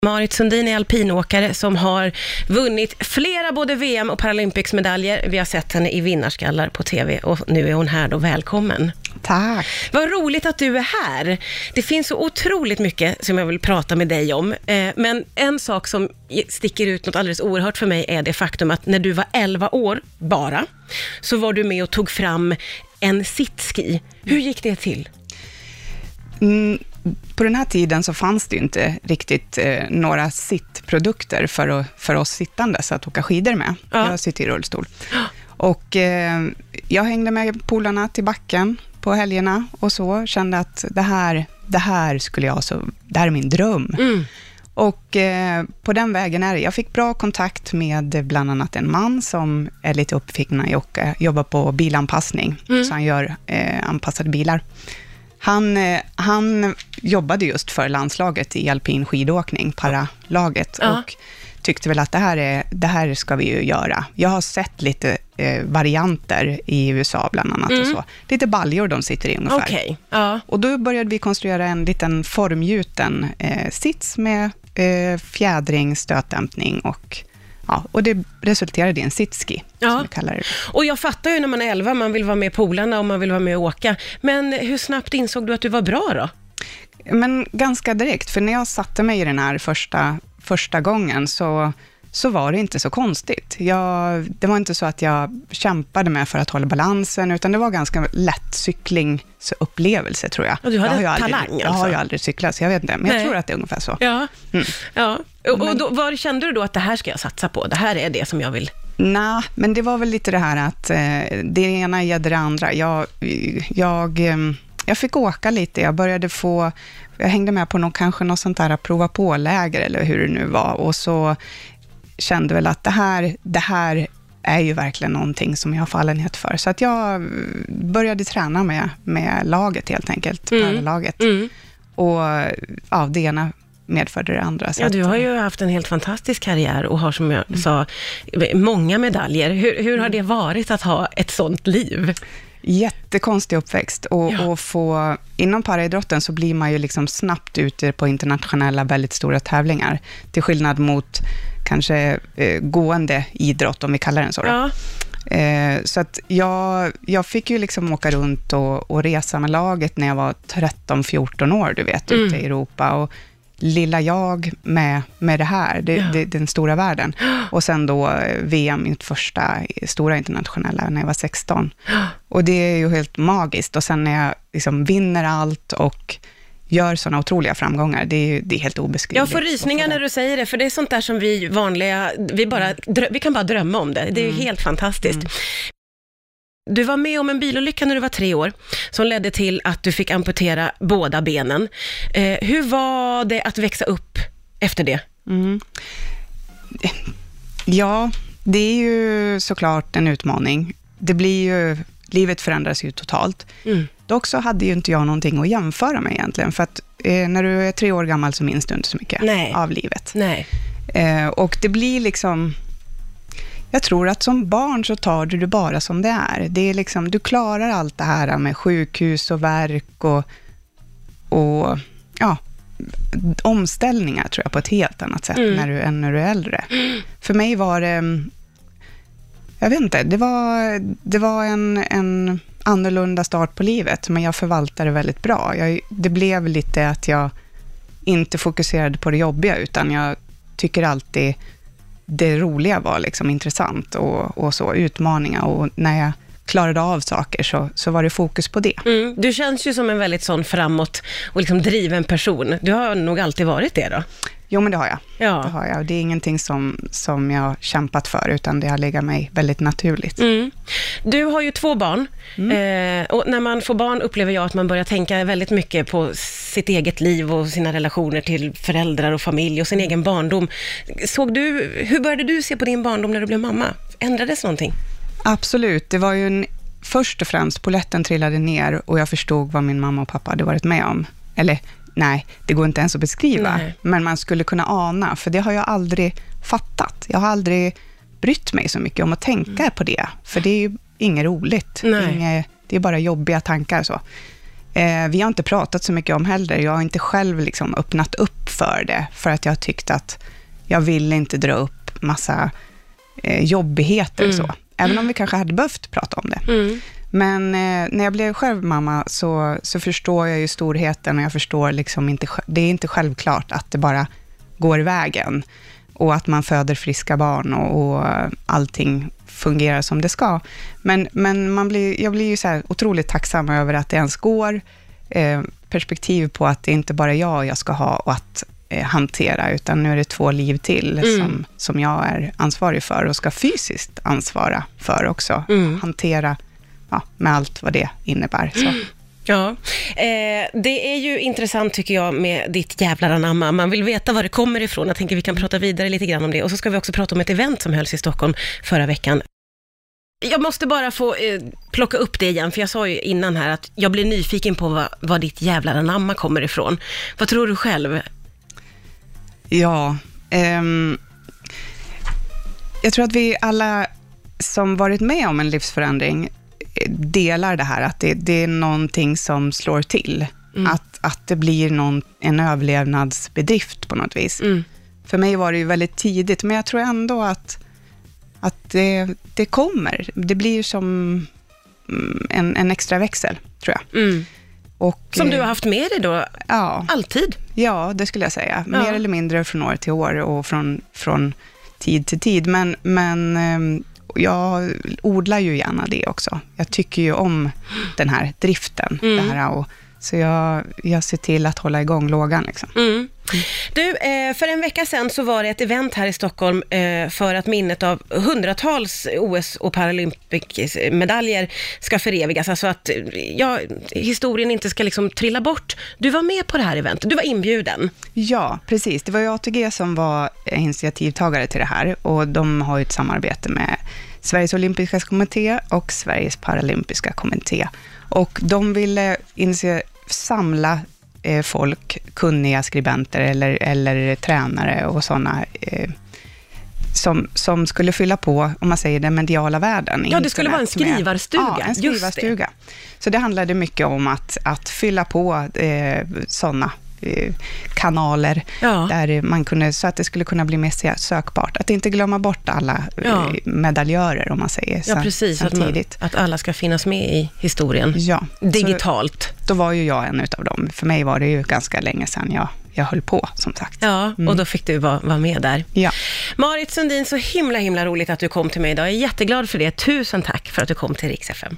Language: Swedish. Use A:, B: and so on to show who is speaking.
A: Marit Sundin är alpinåkare som har vunnit flera både VM- och Paralympics-medaljer. Vi har sett henne i vinnarskallar på tv och nu är hon här då. Välkommen.
B: Tack.
A: Vad roligt att du är här. Det finns så otroligt mycket som jag vill prata med dig om. Men en sak som sticker ut något alldeles oerhört för mig är det faktum att när du var 11 år bara så var du med och tog fram en sitski. Hur gick det till?
B: På den här tiden så fanns det ju inte riktigt några sittprodukter för oss sittande så att åka skidor med. Ja. Jag sitter i rullstol. Och jag hängde med polarna till backen på helgerna och så kände att det här skulle jag det här är min dröm. Och på den vägen är det. Jag fick bra kontakt med bland annat en man som är lite uppfickna i att jobba på bilanpassning. Så han gör anpassade bilar. Han jobbade just för landslaget i alpin skidåkning, paralaget, och tyckte väl att det här ska vi ju göra. Jag har sett lite varianter i USA bland annat och så. Lite baljor de sitter i ungefär.
A: Okay.
B: Och då började vi konstruera en liten formgjuten sits med fjädring, stötdämpning och det resulterade i en sitski, som vi kallar det.
A: Och jag fattar ju när man är 11, man vill vara med polarna och man vill vara med och åka. Men hur snabbt insåg du att du var bra då?
B: Men ganska direkt, för när jag satte mig i den här första gången så var det inte så konstigt. Det var inte så att jag kämpade med för att hålla balansen, utan det var ganska lätt cyklingsupplevelse, tror jag.
A: Och du hade talang
B: alltså? Jag har ju aldrig cyklat, så jag vet inte. Men jag tror att det är ungefär så.
A: Ja. Och då, vad kände du då att det här ska jag satsa på? Det här är det som jag vill...
B: Nej, men det var väl lite det här att det ena gällde det andra. Jag fick åka lite. Jag hängde med på kanske något sånt där prova på-läger eller hur det nu var. Och så kände väl att det här är ju verkligen någonting som jag har fallenhet för. Så att jag började träna med laget helt enkelt, paralaget. Och det ena medförde det andra. Så
A: du har ju haft en helt fantastisk karriär och har, som jag sa, många medaljer. Hur har det varit att ha ett sånt liv?
B: Jättekonstig uppväxt och få, inom paraidrotten så blir man ju liksom snabbt ute på internationella väldigt stora tävlingar, till skillnad mot kanske gående idrott, om vi kallar den så då. Så att jag fick ju liksom åka runt och resa med laget när jag var 13-14 år, du vet, ute i Europa, och lilla jag med det här, den stora världen. Och sen då VM, mitt första stora internationella, när jag var 16. Och det är ju helt magiskt. Och sen när jag liksom vinner allt och gör sådana otroliga framgångar, det är helt obeskrivligt.
A: Jag får rysningar när du säger det, för det är sånt där som vi vanliga, vi kan bara drömma om det. Det är ju helt fantastiskt. Du var med om en bilolycka när du var 3 år som ledde till att du fick amputera båda benen. Hur var det att växa upp efter det?
B: Ja, det är ju såklart en utmaning. Livet förändras ju totalt. Dock så hade ju inte jag någonting att jämföra med egentligen, för att när du är 3 år gammal så minns du inte så mycket av livet.
A: Nej.
B: Och det blir liksom... Jag tror att som barn så tar du det bara som det är. Det är liksom, du klarar allt det här med sjukhus och verk och omställningar, tror jag, på ett helt annat sätt än när du är äldre. För mig var det, jag vet inte, det var en annorlunda start på livet, men jag förvaltade det väldigt bra. Det blev lite att jag inte fokuserade på det jobbiga, utan jag tycker alltid det roliga var liksom intressant och så, utmaningar, och när jag klarade av saker så var det fokus på det.
A: Du känns ju som en väldigt sån framåt och liksom driven person. Du har nog alltid varit det då?
B: Jo, men det har jag. Det har jag. Det är ingenting som jag har kämpat för, utan det har legat mig väldigt naturligt.
A: Du har ju 2 barn. Och när man får barn upplever jag att man börjar tänka väldigt mycket på sitt eget liv och sina relationer till föräldrar och familj och sin egen barndom. Hur började du se på din barndom när du blev mamma? Ändrades någonting?
B: Absolut. Det var ju först och främst polletten trillade ner och jag förstod vad min mamma och pappa hade varit med om. Eller nej, det går inte ens att beskriva. Men man skulle kunna ana, för det har jag aldrig fattat. Jag har aldrig brytt mig så mycket om att tänka på det. För det är ju inget roligt. Det är bara jobbiga tankar så. Vi har inte pratat så mycket om heller. Jag har inte själv liksom öppnat upp för det, för att jag tyckt att jag vill inte dra upp massa jobbigheter så. Även om vi kanske hade behövt prata om det. Men när jag blev själv mamma så förstår jag ju storheten, och jag förstår liksom inte, det är inte självklart att det bara går vägen och att man föder friska barn och allting fungerar som det ska. Men jag blir ju så här otroligt tacksam över att det ens går, perspektiv på att det inte bara jag ska ha och att hantera, utan nu är det 2 liv till som jag är ansvarig för och ska fysiskt ansvara för också. Hantera med allt vad det innebär. Så.
A: Ja, det är ju intressant tycker jag med ditt jävlar anamma. Man vill veta var det kommer ifrån. Jag tänker vi kan prata vidare lite grann om det. Och så ska vi också prata om ett event som hölls i Stockholm förra veckan. Jag måste bara få plocka upp det igen, för jag sa ju innan här att jag blir nyfiken på var ditt jävlar anamma kommer ifrån. Vad tror du själv?
B: Ja, jag tror att vi alla som varit med om en livsförändring delar det här, att det är någonting som slår till. Att det blir en överlevnadsbedrift på något vis. För mig var det ju väldigt tidigt, men jag tror ändå att det kommer. Det blir som en extra växel, tror jag. Och,
A: som du har haft med dig då?
B: Ja.
A: Alltid?
B: Ja, det skulle jag säga. Mer eller mindre från år till år och från tid till tid. Men jag odlar ju gärna det också. Jag tycker ju om den här driften. Det här, så jag ser till att hålla igång lågan. Liksom.
A: Du, för en vecka sedan så var det ett event här i Stockholm för att minnet av hundratals OS- och Paralympics-medaljer ska förevigas. Alltså att historien inte ska liksom trilla bort. Du var med på det här eventet, du var inbjuden.
B: Ja, precis. Det var ju ATG som var initiativtagare till det här, och de har ju ett samarbete med Sveriges olympiska kommitté och Sveriges paralympiska kommitté. Och de ville samla folk, kunniga skribenter eller tränare och sådana som skulle fylla på, om man säger, den mediala världen.
A: Ja, det skulle vara en skrivarstuga.
B: Ja, en skrivarstuga. Så det handlade mycket om att fylla på sådana kanaler där man kunde, så att det skulle kunna bli mer sökbart. Att inte glömma bort alla medaljörer, om man säger.
A: Ja, precis.
B: Samtidigt.
A: Att alla ska finnas med i historien.
B: Ja.
A: Digitalt.
B: Så, då var ju jag en utav dem. För mig var det ju ganska länge sedan jag höll på, som sagt.
A: Ja, och då fick du vara med där.
B: Ja.
A: Marit Sundin, så himla roligt att du kom till mig idag. Jag är jätteglad för det. Tusen tack för att du kom till Rix FM.